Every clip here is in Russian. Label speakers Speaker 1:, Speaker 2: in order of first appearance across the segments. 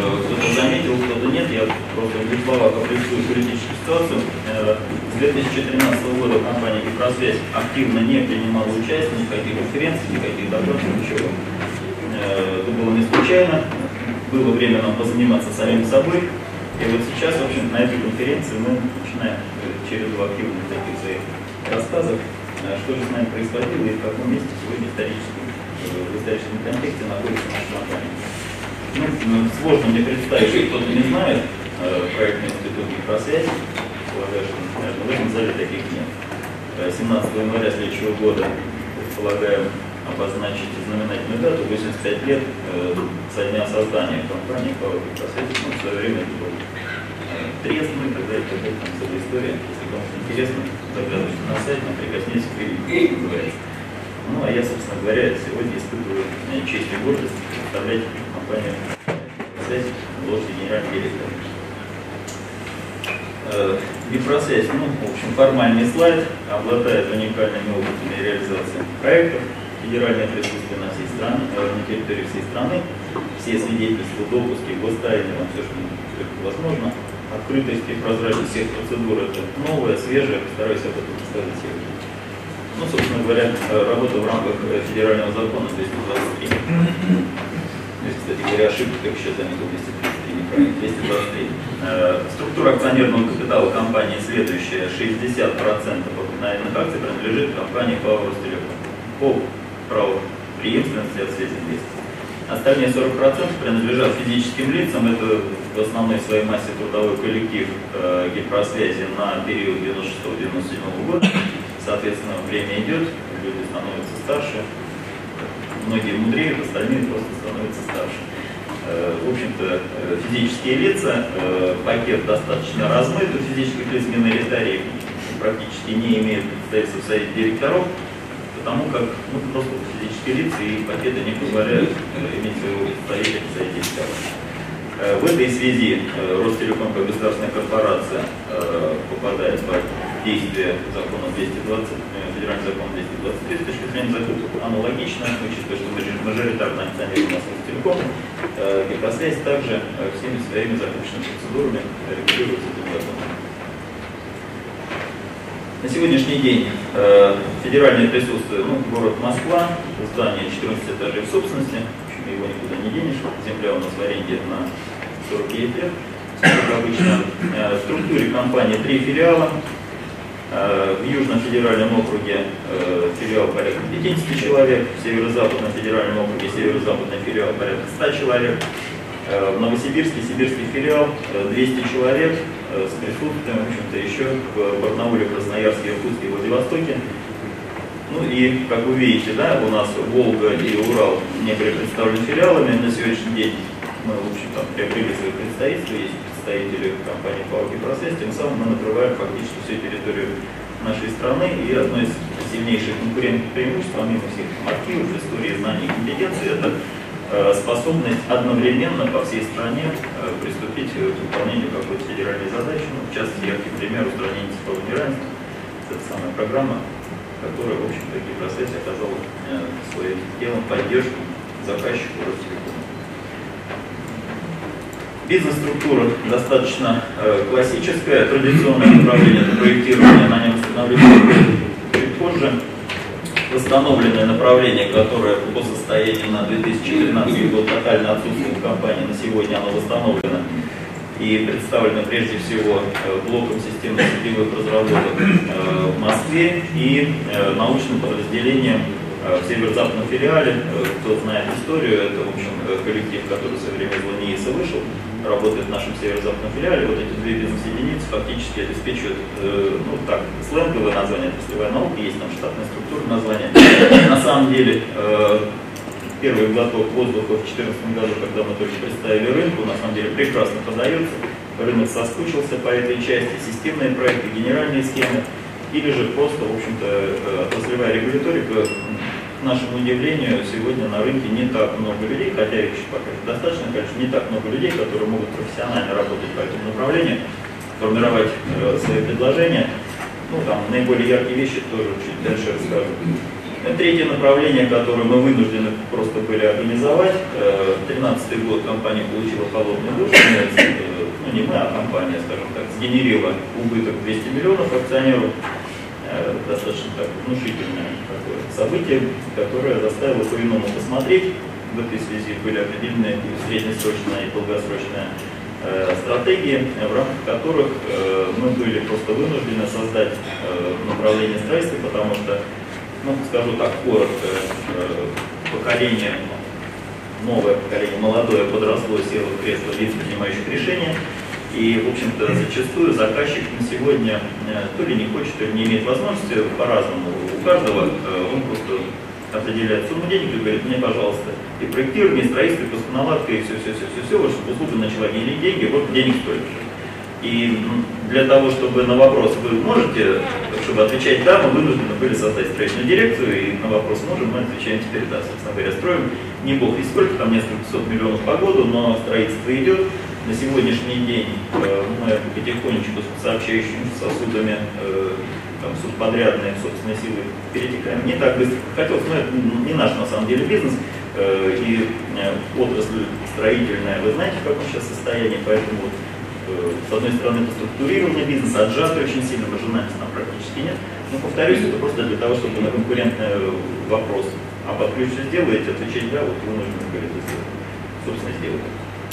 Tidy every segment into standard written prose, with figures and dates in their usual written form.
Speaker 1: кто-то заметил, кто-то нет. Я просто в двух словах определю политическую ситуацию. С 2013 года компания «Гипросвязь» активно не принимала участие, никаких конференций, никаких докладов, ничего. Это было не случайно. Было время нам позаниматься самим собой. И вот сейчас, в общем, на этой конференции мы начинаем череду активных таких своих рассказов, что же с нами происходило и в каком месте сегодня в историческом контексте находится наша компания. Сложно мне представить, что кто-то не знает проектный институт «Гипросвязь». Полагаю, что, наверное, в этом зале таких нет. 17 января следующего года предполагаем обозначить знаменательную дату, 85 лет со дня создания компании по «Гипросвязь». В свое время это был трест, и тогда это была целая история. Если кому-то интересно, заглядывайте на сайт, прикоснитесь к великому. Ну, а я, собственно говоря, сегодня испытываю честь и гордость представлять компанию «Гипросвязь» в должности генерального директора. «Гипросвязь», в общем, формальный слайд, обладает уникальными опытами реализации проектов, федеральное присутствие на всей стране, на территории всей страны, все свидетельства, допуски, гостайны, все, что возможно, открытость и прозрачность всех процедур, это новое, свежее, постараюсь об этом представить сегодня. Собственно говоря, работа в рамках федерального закона 223. Здесь, кстати говоря, ошибка, как еще заметил, 233, неправильно, 223. Структура акционерного капитала компании следующая. 60% обыкновенных акций принадлежит компании ПАО «Ростелеком» по праву преемственности от связи инвесторов. Остальные 40% принадлежат физическим лицам. Это в основной своей массе трудовой коллектив «Гипросвязи» на период 96-97 года. Соответственно, время идет, люди становятся старше, многие мудреют, остальные просто становятся старше. В общем-то, физические лица, пакет достаточно размыт, у физических лиц миноритарии практически не имеют представительства в совете директоров, потому как просто физические лица и пакеты не позволяют иметь своего представителя в совете директоров. В этой связи Ростелеком как государственная корпорация попадает под действие закона 220, федеральный закон 223 с точки зрения закупок аналогично, учитывая, что мажоритарный акционер у нас Ростелеком, «Гипросвязь» также всеми своими закупочными процедурами регулируется этим законом. На сегодняшний день федеральное присутствие, город Москва, здание 14 этажей в собственности, его никуда не денешь, земля у нас в аренде на 49 лет, как обычно. В структуре компании 3 филиала. В Южном федеральном округе филиал порядка 50 человек, в Северо-Западном федеральном округе северо-западный филиал порядка 100 человек, в Новосибирске сибирский филиал 200 человек с присутствием, в общем-то, еще в Барнауле, Красноярске, Иркутске и Владивостоке. И, как вы видите, у нас Волга и Урал не были представлены филиалами. На сегодняшний день мы, в общем-то, приобрели свои представительства, есть представители компании ПАО «Гипросвязь», тем самым мы накрываем фактически всю территорию нашей страны. И одно из сильнейших конкурентных преимуществ, помимо всех архивов, истории, знаний и компетенций, это способность одновременно по всей стране приступить к выполнению какой-то федеральной задачи. В частности, яркий пример устранения цифрового неравенства. Это самая программа, которая, в общем-то, «Гипросвязь» оказала своим делом поддержку заказчику Ростелекому. Бизнес-структура достаточно классическая, традиционное направление это проектирование, на нем восстановление чуть позже. Восстановленное направление, которое по состоянию на 2013 год тотально отсутствует в компании, на сегодня оно восстановлено и представлено прежде всего блоком системно-сетевых разработок в Москве и научным подразделением в северо-западном филиале. Кто знает историю, это, в общем, коллектив, который со времен ЛНИИСа вышел, работает в нашем северо-западном филиале. Вот эти две бизнес-единицы фактически обеспечивают, сленговое название, отраслевая наука, есть там штатная структура названия. На самом деле, первый глоток воздуха в 2014 году, когда мы только представили рынку, на самом деле прекрасно подается. Рынок соскучился по этой части, системные проекты, генеральные схемы, или же просто, в общем-то, отраслевая регуляторика. К нашему удивлению, сегодня на рынке не так много людей, хотя их еще пока достаточно, конечно, не так много людей, которые могут профессионально работать по этому направлению, формировать свои предложения. Там наиболее яркие вещи тоже чуть дальше расскажу. Третье направление, которое мы вынуждены просто были организовать. 2013 год компания получила холодный душ. Ну, не мы, а компания, скажем так, сгенерила убыток 200 миллионов акционеру. Достаточно так внушительное такое событие, которое заставило по-иному посмотреть. В этой связи были определены среднесрочная и долгосрочная стратегии, в рамках которых мы были просто вынуждены создать направление строительства, потому что, ну, скажу так коротко, поколение, новое поколение, молодое подросло, село в кресло лиц, принимающих решения. И, в общем-то, зачастую заказчик на сегодня то ли не хочет, то ли не имеет возможности, по-разному. У каждого он просто определяет сумму денег и говорит: мне, пожалуйста, и проектирование, и строительство, и пусконаладка, и все, вот, чтобы услуга начала делить деньги, вот денег столько же. И для того, чтобы на вопрос вы можете, чтобы отвечать да, мы вынуждены были создать строительную дирекцию, и на вопрос можем, мы отвечаем теперь да. Собственно говоря, строим не бог и сколько, там несколько сот миллионов по году, но строительство идет. На сегодняшний день мы потихонечку с сообщающими сосудами субподрядные собственные силы перетекаем. Не так быстро, как хотелось, но это не наш на самом деле бизнес. И отрасль строительная, вы знаете, в каком сейчас состоянии, поэтому с одной стороны это структурированный бизнес, отжатый очень сильно, выжимаемости там практически нет. Но повторюсь, это просто для того, чтобы на конкурентный вопрос, а под ключ все сделаете, отвечать да, вот вы нужно говорить, собственно, сделать.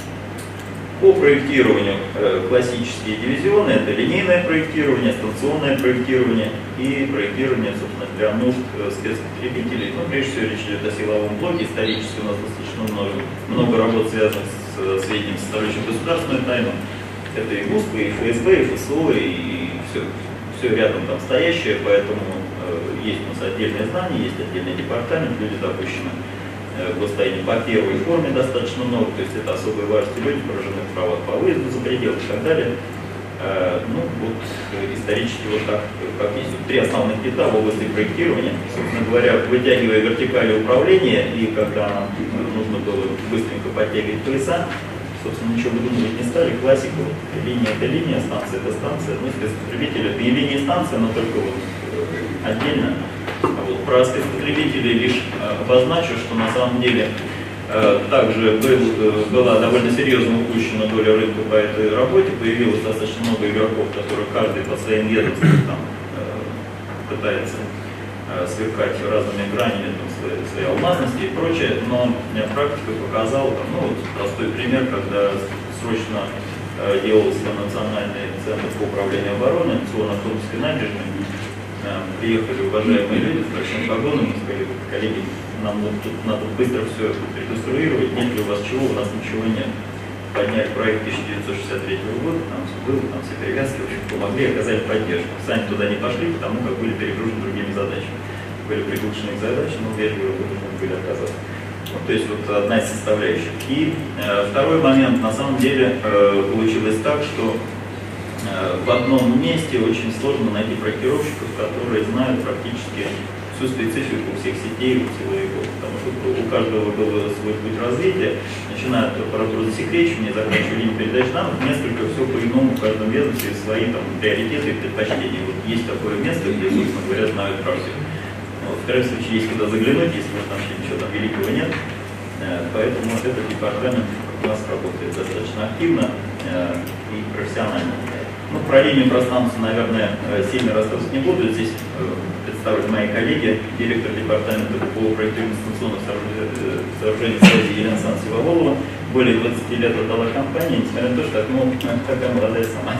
Speaker 1: По проектированию классические дивизионы – это линейное проектирование, станционное проектирование и проектирование, собственно, для нужд спецпотребителей. Ну, прежде всего, речь идет о силовом блоке. Исторически у нас достаточно много работ, связанных с сведениями, составляющими государственную тайну. Это и ГУСП, и ФСБ, и ФСО, и все рядом там стоящее, поэтому есть у нас отдельные знания, есть отдельный департамент, люди допущены в гостайне по первой форме достаточно много, то есть это особые важности люди, поражены в правах по выезду за пределы и так далее. Ну вот исторически вот так, как есть. Вот три основных кита в области проектирования. Собственно говоря, вытягивая вертикали управления, и когда нужно было быстренько подтягивать пояса, собственно, ничего выдумывать не стали. Классика, вот, линия это линия, станция это станция, ну, спецпотребители это и линия и станция, но только вот отдельно. Вот. Про спецпотребителей лишь обозначу, что на самом деле также была довольно серьезно упущена доля рынка по этой работе, появилось достаточно много игроков, которые каждый по своим ведомствам там, пытается сверкать разными гранями своей алмазности и прочее, но практика показала, там, ну, вот простой пример, когда срочно делался национальный центр по управлению обороны, Солоно-Ахтубинской набережной. Приехали уважаемые люди с большим вагоном и сказали: коллеги, нам вот тут надо быстро все реконструировать, нет ли у вас чего, у нас ничего нет. Подняли проект 1963 года, там все было, там все перевязки, в общем, помогли, оказали поддержку. Сами туда не пошли, потому как были перегружены другими задачами. Были приглушены к задачам, но вежливо вынуждены были отказаться. Вот, то есть вот одна из составляющих. И второй момент, на самом деле получилось так, что в одном месте очень сложно найти проектировщиков, которые знают практически всю специфику всех сетей у силовиков, потому что у каждого был свой путь развития, начиная от аппаратуры засекречивания, заканчивая линию передач данных, несколько все по-иному в каждом ведомстве, свои там приоритеты и предпочтения. Вот есть такое место, где, собственно говоря, знают практику. Вот, в крайнем случае, есть куда заглянуть, если может там ничего там великого нет. Поэтому этот департамент у нас работает достаточно активно и профессионально. Ну, про линию, про станцию, наверное, сильно рассказывать не буду. Здесь представлены мои коллеги, директор департамента по проектированию станционных сооружений связи Елена Сиволова. Более 20 лет отдала компании, несмотря на то, что такая молодая сама.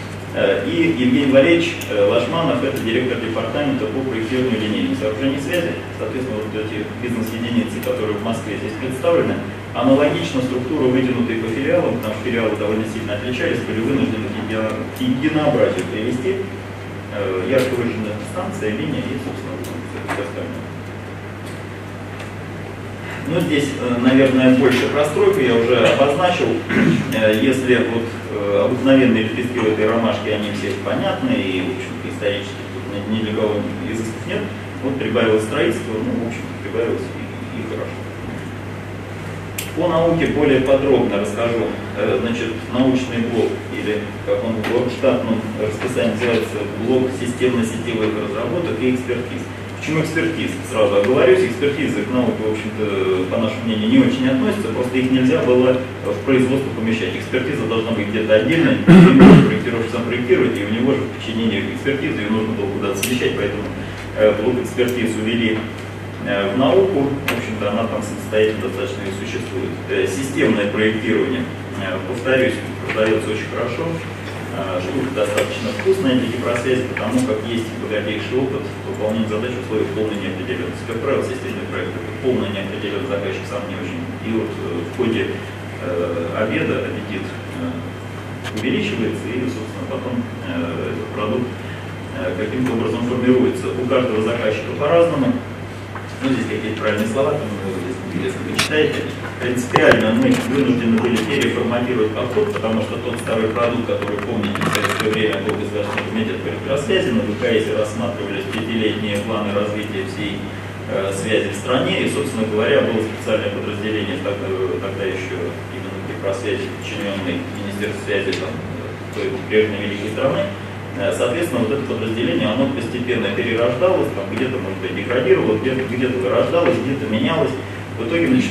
Speaker 1: И Евгений Валерьевич Лашманов, это директор департамента по проектированию линейных сооружений связи. Соответственно, вот эти бизнес-единицы, которые в Москве здесь представлены, аналогично структуру вытянутой по филиалам, потому что филиалы довольно сильно отличались, были вынуждены к единообразию привести. Ярко выраженная станция, линия и, собственно, все остальное. Ну, здесь, наверное, больше про стройку я уже обозначил. Если вот обыкновенные лепестки в этой ромашке, они все понятны, и, в общем-то, исторически тут ни для кого изысков нет. Вот прибавилось строительство, ну, в общем-то, прибавилось и хорошо. По науке более подробно расскажу. Значит, научный блок, или как он в штатном расписании называется, блок системно-сетевых разработок и экспертиз. В Почему экспертиза? Сразу оговорюсь, экспертизы к науке, в общем-то, по нашему мнению, не очень относятся, просто их нельзя было в производство помещать. Экспертиза должна быть где-то отдельно, проектировщик сам проектировать, и у него же в подчинении экспертизы ее нужно было куда-то совмещать, поэтому блок экспертизу ввели в науку, в общем-то, она там самостоятельно достаточно и существует. Системное проектирование, повторюсь, продается очень хорошо. Штука достаточно вкусная для гипросвязи, потому как есть богатейший опыт выполнения задач в условиях полной неопределенности. Как правило, системный проект полная неопределенность, заказчик сам не очень. И вот в ходе обеда аппетит увеличивается, и, собственно, потом этот продукт каким-то образом формируется. У каждого заказчика по-разному. Ну, здесь какие-то правильные слова, там, если вы читаете. Принципиально мы вынуждены были переформатировать подход, потому что тот старый продукт, который, помните, в советское время был Государственный комитет по электросвязи, на ВКС рассматривались 5-летние планы развития всей связи в стране, и, собственно говоря, было специальное подразделение, тогда еще именно гипросвязи, подчиненной Министерству связи той прежней великой страны. Соответственно, вот это подразделение, оно постепенно перерождалось, там где-то, может быть, деградировало, где-то вырождалось, где-то менялось. В итоге на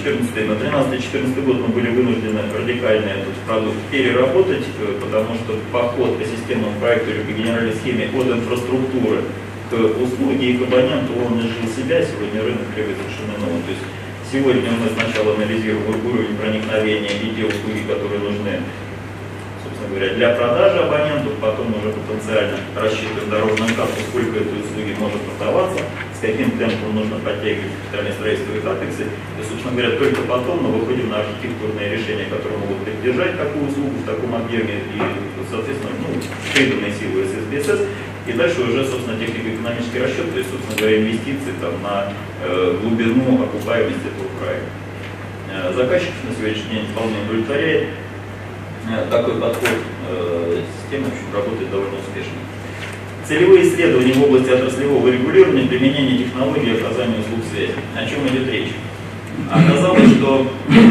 Speaker 1: 13-14 год мы были вынуждены радикально этот продукт переработать, потому что подход по системному проекту или по генеральной схеме от инфраструктуры к услуге и к абоненту, он изжил себя, сегодня рынок требует совершенно нового. То есть сегодня мы сначала анализируем уровень проникновения и те услуги, которые нужны, говоря, для продажи абоненту, потом уже потенциально рассчитываем дорожную карту, сколько этой услуги может продаваться, с каким темпом нужно подтягивать капитальное строительство и капексы. И, собственно говоря, только потом мы выходим на архитектурные решения, которые могут поддержать такую услугу в таком объеме и, соответственно, приданные силы ССБСС. И дальше уже, собственно, технико-экономический расчет, то есть, собственно говоря, инвестиции там, на глубину окупаемости этого проекта. Заказчик на сегодняшний день вполне удовлетворяет. Такой подход системы, в общем, работает довольно успешно. Целевые исследования в области отраслевого регулирования, применения технологий и оказания услуг связи. О чем идет речь? Оказалось, что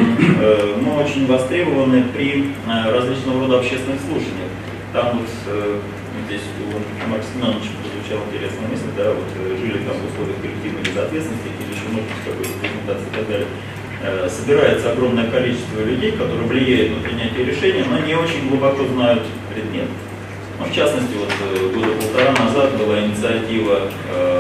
Speaker 1: мы очень востребованы при различного рода общественных слушаниях. Там вот здесь у Марка Семеновича прозвучала интересная мысль, да, вот жили там в условиях коллективной безответственности или еще может быть какой-то презентации и так далее. Собирается огромное количество людей, которые влияют на принятие решений, но не очень глубоко знают предмет. Ну, в частности, вот года полтора назад была инициатива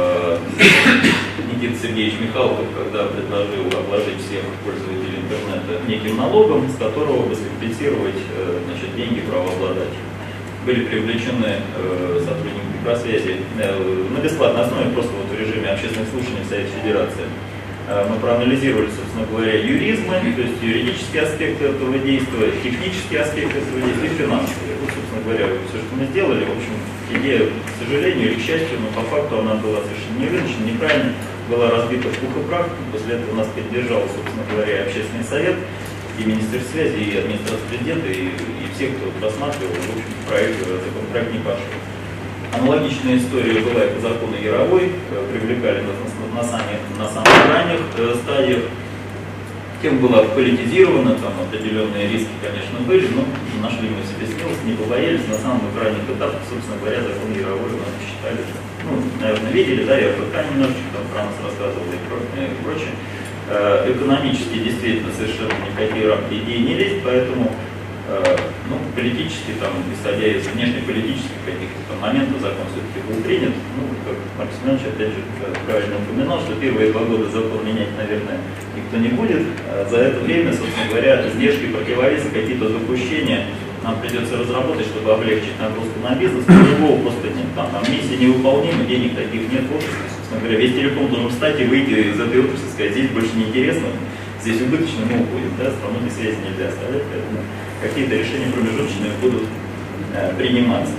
Speaker 1: Никиты Сергеевича Михалкова, когда предложил обложить всех пользователей интернета неким налогом, с которого бы скомпенсировать деньги правообладателей. Были привлечены сотрудники гипросвязи на бесплатной основе, просто вот в режиме общественных слушаний в Совете Федерации. Мы проанализировали, собственно говоря, юризмы, то есть юридические аспекты этого действия, технические аспекты этого действия и финансовые. Вот, собственно говоря, все, что мы сделали, в общем, идея, к сожалению или к счастью, но по факту она была совершенно не рыночная, неправильно, была разбита в пух и прах. После этого нас поддержал, собственно говоря, и общественный совет, и Министерство связи, и администрация президента, и все, кто рассматривал, в общем, законопроект не пошел. Аналогичная история была и по закону Яровой, привлекали нас на самых ранних стадиях. Тема была политизирована, там определенные риски, конечно, были, но нашли мы себе смелость, не побоялись. На самых ранних этапах, собственно говоря, закон Яровой мы считали, наверное, видели, да, я РБК немножечко там про нас рассказывал и прочее. Экономически действительно совершенно никакие рамки идеи не лезть, поэтому политически, там, исходя из внешнеполитических каких-то моментов, закон все-таки был принят. Как Марк Семенович опять же правильно упоминал, что первые 2 года закон менять, наверное, никто не будет. За это время, собственно говоря, издержки противовеса, какие-то допущения нам придется разработать, чтобы облегчить нагрузку на бизнес. Другого просто нет. Там миссия невыполнима, денег таких нет в отрасли. Собственно говоря, весь телеком должен встать и выйти из этой отрасли, сказать, здесь больше не интересно, здесь убыточно, мы уходим, да, страну без связи нельзя оставлять, поэтому какие-то решения промежуточные будут приниматься.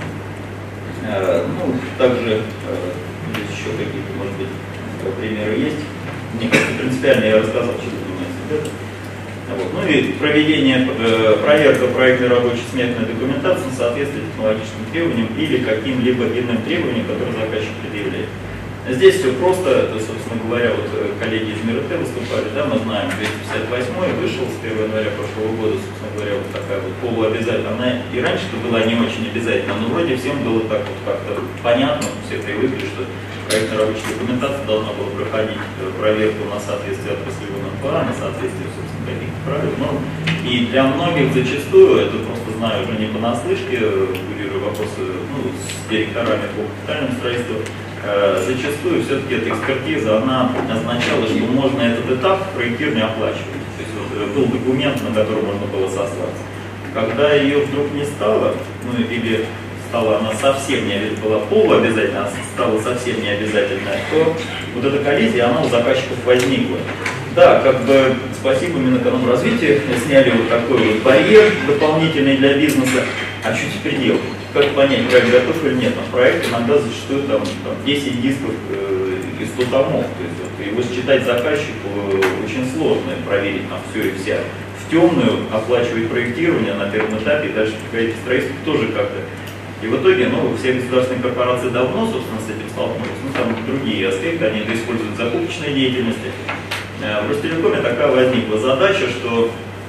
Speaker 1: Также здесь еще какие-то, может быть, примеры есть. Мне кажется, принципиально я рассказал, чем занимается это. И проведение, проверка проектной рабочей сметной документации на соответствие технологическим требованиям или каким-либо иным требованиям, которые заказчик предъявляет. Здесь все просто, собственно говоря, вот коллеги из МИРТ выступали, да, мы знаем, 258 вышел с 1 января прошлого года, собственно говоря, вот такая вот полуобязательная. Она и раньше-то была не очень обязательна, но вроде всем было так вот как-то понятно, все привыкли, что проектная рабочая документация должна была проходить проверку на соответствие отраслевым НПА, на соответствие, собственно, каких-то правил. Но и для многих зачастую, это просто знаю уже не понаслышке, курирую вопросы с директорами по капитальному строительству, зачастую все-таки эта экспертиза, она означала, что можно этот этап проектирования оплачивать. То есть вот, был документ, на который можно было сослаться. Когда ее вдруг не стало, или стала она совсем не обязательна, была полуобязательна, а стала совсем не обязательная, то вот эта коллизия, она у заказчиков возникла. Да, как бы спасибо Минэкономразвитию, сняли вот такой вот барьер дополнительный для бизнеса. А что теперь делать? Как понять, проект готов или нет? На проект иногда зачастую там 10 дисков и 100 томов. То есть вот, его считать заказчику очень сложно, проверить там все и вся. В темную оплачивать проектирование на первом этапе и дальше приходить к строительству тоже как-то. И в итоге, все государственные корпорации давно, собственно, с этим столкнулись. Там другие аспекты, они это используют в закупочной деятельности. В Ростелекоме такая возникла задача, что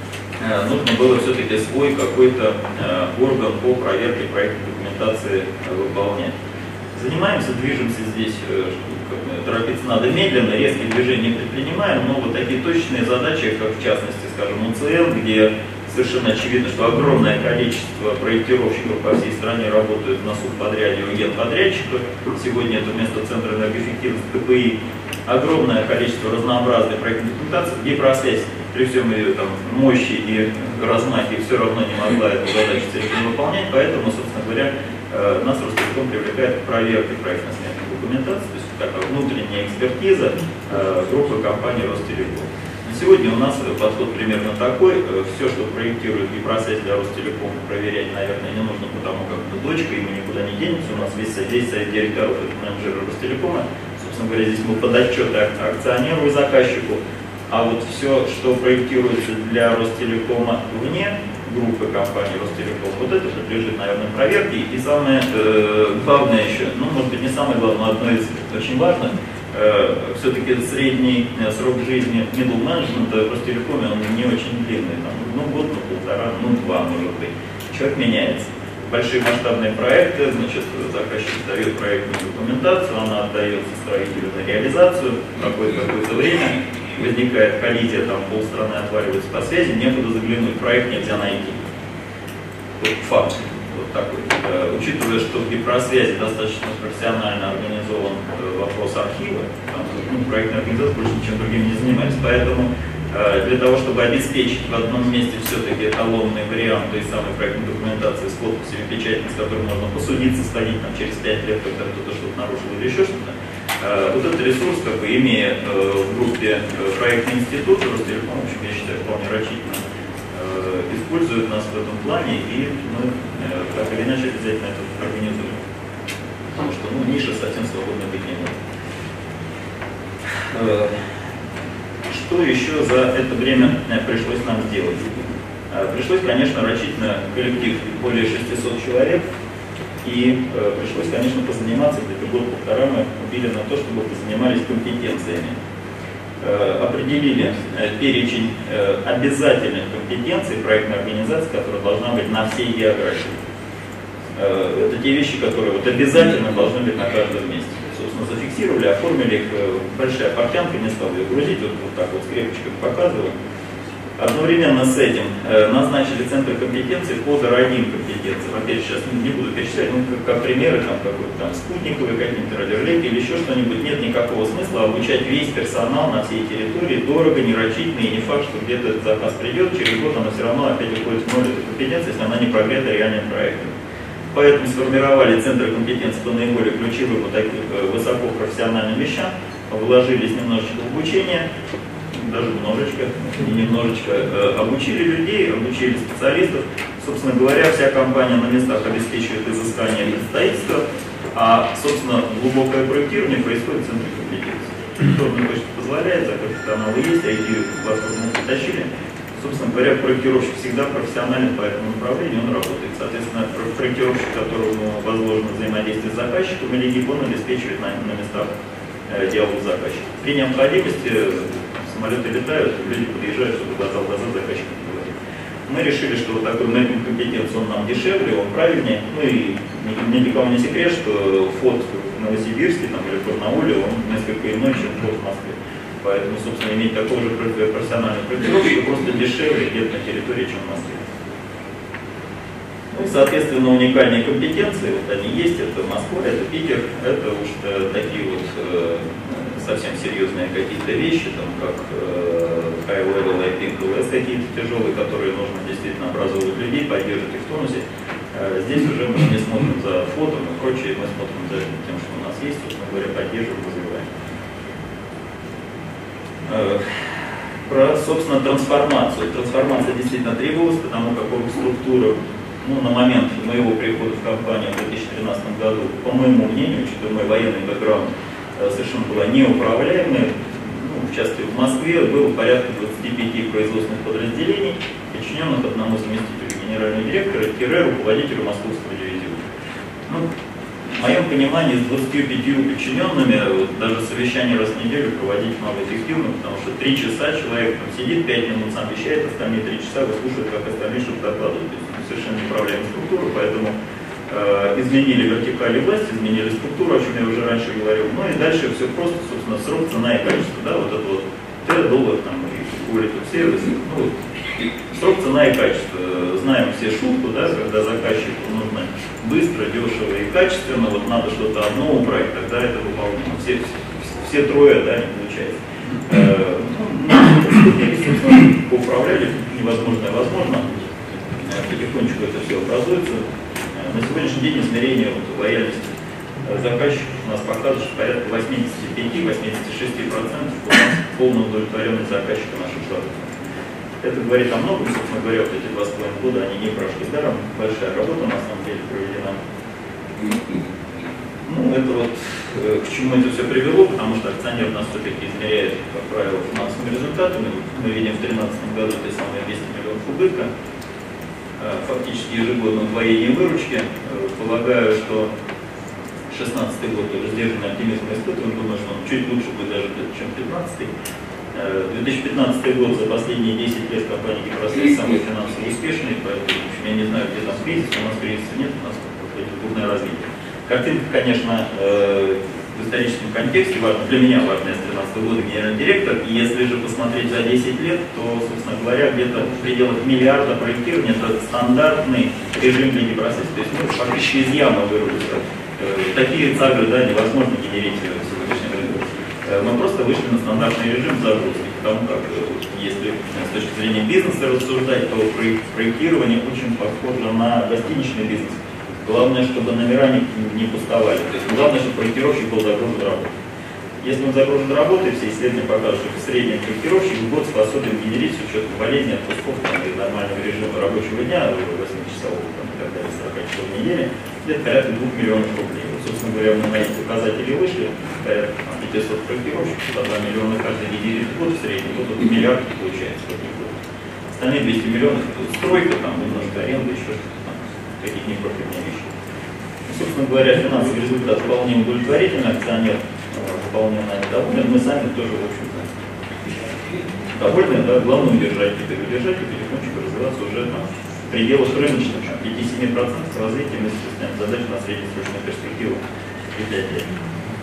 Speaker 1: нужно было все-таки свой какой-то орган по проверке проектной документации выполнять. Занимаемся, движемся здесь, торопиться надо медленно, резкие движения не предпринимаем, но вот такие точные задачи, как в частности, скажем, УЦН, где совершенно очевидно, что огромное количество проектировщиков по всей стране работают на субподряде у генподрядчика. Сегодня это вместо Центра энергоэффективности КПИ. Огромное количество разнообразной проектной документации, где просвязь при всем ее мощи и размахе все равно не могла эту задачу целиком выполнять, поэтому, собственно говоря, нас Ростелеком привлекает к проверке проектно-сметной документации, то есть такая внутренняя экспертиза группы компании Ростелеком. Сегодня у нас подход примерно такой. Все, что проектирует гипросвязь для Ростелекома, проверять, наверное, не нужно, потому как это дочка, и мы никуда не денемся. У нас весь совет директоров это менеджеры Ростелекома. Собственно говоря, здесь мы под отчеты акционеру и заказчику. А вот все, что проектируется для Ростелекома вне группы компании Ростелеком, вот это подлежит, наверное, проверке. И самое главное еще, может быть, не самое главное, но одно из очень важных, все-таки средний срок жизни middle management в Ростелекоме, он не очень длинный, год, полтора, два, может быть. Человек меняется. Большие масштабные проекты, заказчик дает проектную документацию, она отдается строителю на реализацию, проходит какое-то время, возникает коллизия, полстраны отваливается по связи, некуда заглянуть, проект нельзя найти. Вот факт. Вот такой. Учитывая, что в гипросвязи достаточно профессионально организован вопрос архива, проектная организация больше ничем другим не занимается, поэтому для того, чтобы обеспечить в одном месте все-таки эталонный вариант той самой проектной документации с подписями, печатями, с которым можно посудиться, сходить через 5 лет, когда кто-то что-то нарушил или еще что-то, вот этот ресурс, имея в группе проектный институт, Ростелеком, в общем, я считаю, вполне рачительно используют нас в этом плане, и мы так или иначе обязательно это организуем. Потому что ниша совсем свободно быть не может. Что еще за это время пришлось нам сделать? Пришлось, конечно, рачительно коллектив более 600 человек, и пришлось, конечно, позаниматься, где-то год-полтора мы убили на то, чтобы позанимались компетенциями. Определили перечень обязательных компетенций проектной организации, которая должна быть на всей географии. Это те вещи, которые обязательно должны быть на каждом месте. Собственно, зафиксировали, оформили их, большая портянка, не стал ее грузить, вот так вот скрепочкой показываю. Одновременно с этим назначили центры компетенций по дорогим компетенциям. Опять сейчас не буду перечислять, как примеры, какой-то спутниковые какие-то радиорелейки или еще что-нибудь. Нет никакого смысла обучать весь персонал на всей территории дорого, нерачительно, и не факт, что где-то этот заказ придет, через год она все равно опять уходит в ноль этой компетенции, если она не прогрета реальным проектом. Поэтому сформировали центры компетенций по наиболее ключевым высокопрофессиональным вещам, вложились немножечко в обучение, даже немножечко обучили людей, обучили специалистов. Собственно говоря, вся компания на местах обеспечивает изыскание и строительство, а, собственно, глубокое проектирование происходит в центре компетенции. Трудно почта позволяет, закрытые каналы есть, IT-платформу притащили. Собственно говоря, проектировщик всегда профессионален по этому направлению, он работает. Соответственно, проектировщик, которому возложено взаимодействие с заказчиком или ГИП, он обеспечивает на местах диалог с заказчиком. При необходимости самолеты летают, люди подъезжают, чтобы глаза в глаза заказчика говорить. Мы решили, что вот такой мэппинг компетенции он нам дешевле, он правильнее. Ну и ни для кого не секрет, что ФОТ в Новосибирске там, или в Барнауле, он несколько иной, чем ФОТ в Москве. Поэтому, собственно, иметь такого же профессионального проектировщика просто дешевле где-то на территории, чем в Москве. Ну и, соответственно, уникальные компетенции, вот они есть, это Москва, это Питер, это уж такие вот совсем серьезные какие-то вещи, там как high level IP, LS какие-то тяжелые, которые нужно действительно образовывать людей, поддерживать их в тонусе. Здесь уже мы не смотрим за фото и прочее, мы смотрим за тем, что у нас есть, собственно говоря, поддерживаем, развиваем. Про, собственно, трансформацию. Трансформация действительно требовалась, потому как структура, ну, на момент моего прихода в компанию в 2013 году, по моему мнению, учитывая мой военный бэкграунд, совершенно была неуправляемой. Ну, в частности, в Москве было порядка 25 производственных подразделений, подчиненных одному заместителю генерального директора, руководителю московского дивизиона. Ну, в моем понимании, с 25 подчиненными вот, даже совещание раз в неделю проводить малоэффективно, потому что 3 часа человек там сидит, 5 минут сам вещает, остальные 3 часа выслушивает, как остальные что-то докладывают. То есть совершенно неуправляемая структура, поэтому изменили вертикаль и власть, изменили структуру, о чем я уже раньше говорил. Ну и дальше все просто, собственно, срок, цена и качество. Да, вот это вот $10 там, и quality of service. Ну, срок, цена и качество. Знаем все шутку, да, когда заказчику нужно быстро, дешево и качественно, вот надо что-то одно убрать, тогда это выполнимо. Все трое, да, не получается. Поуправляли, невозможно, возможно. Потихонечку это все образуется. На сегодняшний день измерение лояльности заказчиков у нас показывает, что порядка 85-86% полная удовлетворенность заказчика наших продуктов. Это говорит о многом, собственно говоря, вот эти 2,5 года, они не прошли даром, большая работа на самом деле проведена. Ну, это вот к чему это все привело, потому что акционер нас все-таки измеряет, как правило, финансовыми результатами. Мы видим в 2013 году те самые 200 миллионов убытка, фактически ежегодное удвоение выручки. Полагаю, что 2016 год уже сдержанный оптимизм испытываем, думаю, что он чуть лучше будет даже, чем 2015. 2015 год за последние 10 лет компания Гипросвязь самый финансово успешный, поэтому в общем, я не знаю, где там кризис, у нас кризиса нет, у нас бурное развитие. Картинка, конечно, в историческом контексте важна, для меня важна с 2013 года генеральный директор, и если же посмотреть за 10 лет, то, собственно говоря, где-то в пределах миллиарда проектирования это стандартный режим для Гипросвязи. То есть мы фактически из ямы выработали. Такие цифры, да, невозможно генерить в сегодняшнем рынке. Мы просто вышли на стандартный режим загрузки, потому как, если с точки зрения бизнеса рассуждать, то проектирование очень похоже на гостиничный бизнес. Главное, чтобы номера не пустовали. То есть главное, чтобы проектировщик был загружен работой. Если он загружен работой, все исследования показывают, что в среднем проектировщик в год способен генерить с учетом болезни, отпусков и нормального режима рабочего дня, 8-часового и так далее, 40 часов в неделю, где-то порядка 2 миллионов рублей. Вот, собственно говоря, мы на эти показатели вышли, порядка 500 проектировщиков, 2 миллиона каждый генерит в год в среднем, вот это миллиард получается в один год. Остальные 200 миллионов это стройка, там немножко аренда, еще что-то, какие-то непрофильные вещи. Собственно говоря, финансовый результат вполне удовлетворительный, акционер вполне нами доволен, мы сами тоже, в общем-то, довольны, да, главное удержать и потихонечку развиваться уже там, в пределах рыночных, 5-7% развития мы ставим задачу на среднесрочную перспективу и 5 лет.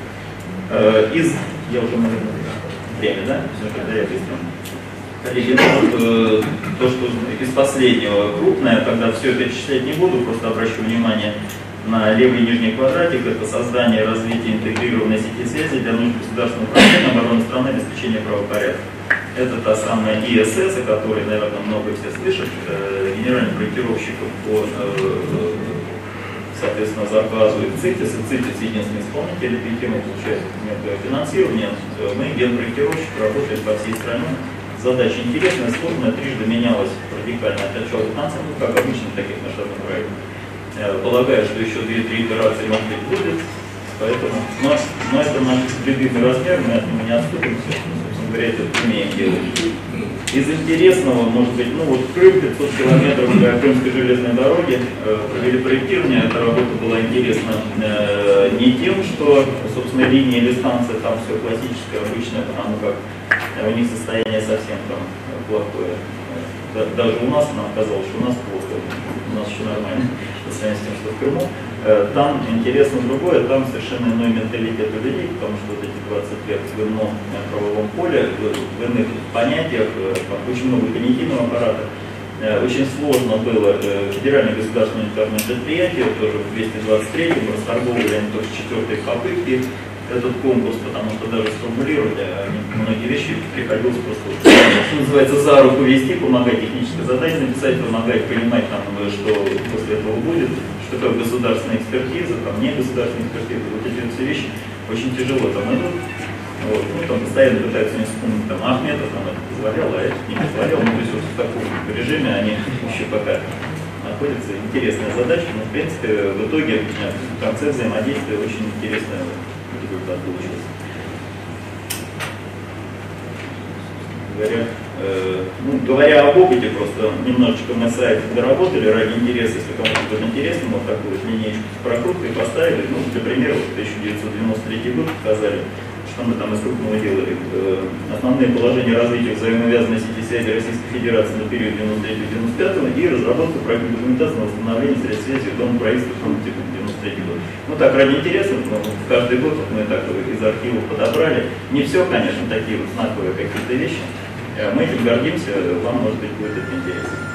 Speaker 1: Я уже, наверное, время, да? Все, тогда я быстро. Коллеги, вот, то, что из последнего крупное, тогда все это перечислять не буду, просто обращу внимание на левый нижний квадратик, это создание и развитие интегрированной сети связи для нужд государственного управления, обороны страны, обеспечения правопорядка. Это та самая ИСС, о которой, наверное, много все слышат, генеральным проектировщиком по, соответственно, заказу и ЦИТИС. И ЦИТИС единственный исполнитель, этой темы получает финансирование. Мы, генпроектировщик, работаем по всей стране. Задача интересная, сложная, трижды менялась радикально от начала до конца, ну, как обычно в таких масштабных проектах. Полагаю, что еще 2-3 итерации, может быть, будет, поэтому, но это наш предвидный размер, мы от него не отступимся, собственно говоря, это умеем делать. Из интересного, может быть, ну вот Крым, 500 километров Крымской железной дороги, провели проектирование. Эта работа была интересна не тем, что, собственно, линия или станция там все классическое, обычное, потому как у них состояние совсем там плохое. Даже у нас нам казалось, что у нас плохо, у нас еще нормально, по сравнению с тем, что в Крыму. Там интересно другое, там совершенно иной менталитет у людей, потому что вот эти 20 лет в ином правовом поле, в иных понятиях, очень много понятийного аппарата. Очень сложно было федеральное государственное унитарное предприятие, тоже в 223-м расторговывали они тоже с 4-й попытки этот конкурс, потому что даже сформулировать многие вещи приходилось просто, что называется, за руку вести, помогать техническое задание написать, помогать понимать, там, что после этого будет, что такое государственная экспертиза, там, не государственная экспертиза, вот эти все вещи очень тяжело там идут. Вот. Ну, там постоянно пытаются не вспомнить, там, Ахметов нам это позволял, а это не позволял, ну, то есть вот в таком режиме они еще пока находятся. Интересная задача, но, в принципе, в итоге в конце взаимодействия очень интересная результат получился. Говоря об опыте, просто немножечко мы сайт доработали ради интереса, если кому-то будет интересно, вот такую вот линейку с прокруткой поставили. Ну, для примера, 1993 год показали, что мы там из крупного делали. Основные положения развития взаимовязанной сети связи Российской Федерации на период 93-95 и разработка проектной документации на восстановление средств связи в Доме правительства в 93 год. Ну так, ради интереса, в каждый год мы так из архивов подобрали. Не все, конечно, такие вот знаковые какие-то вещи. Мы этим гордимся, вам, может быть, будет это интересно.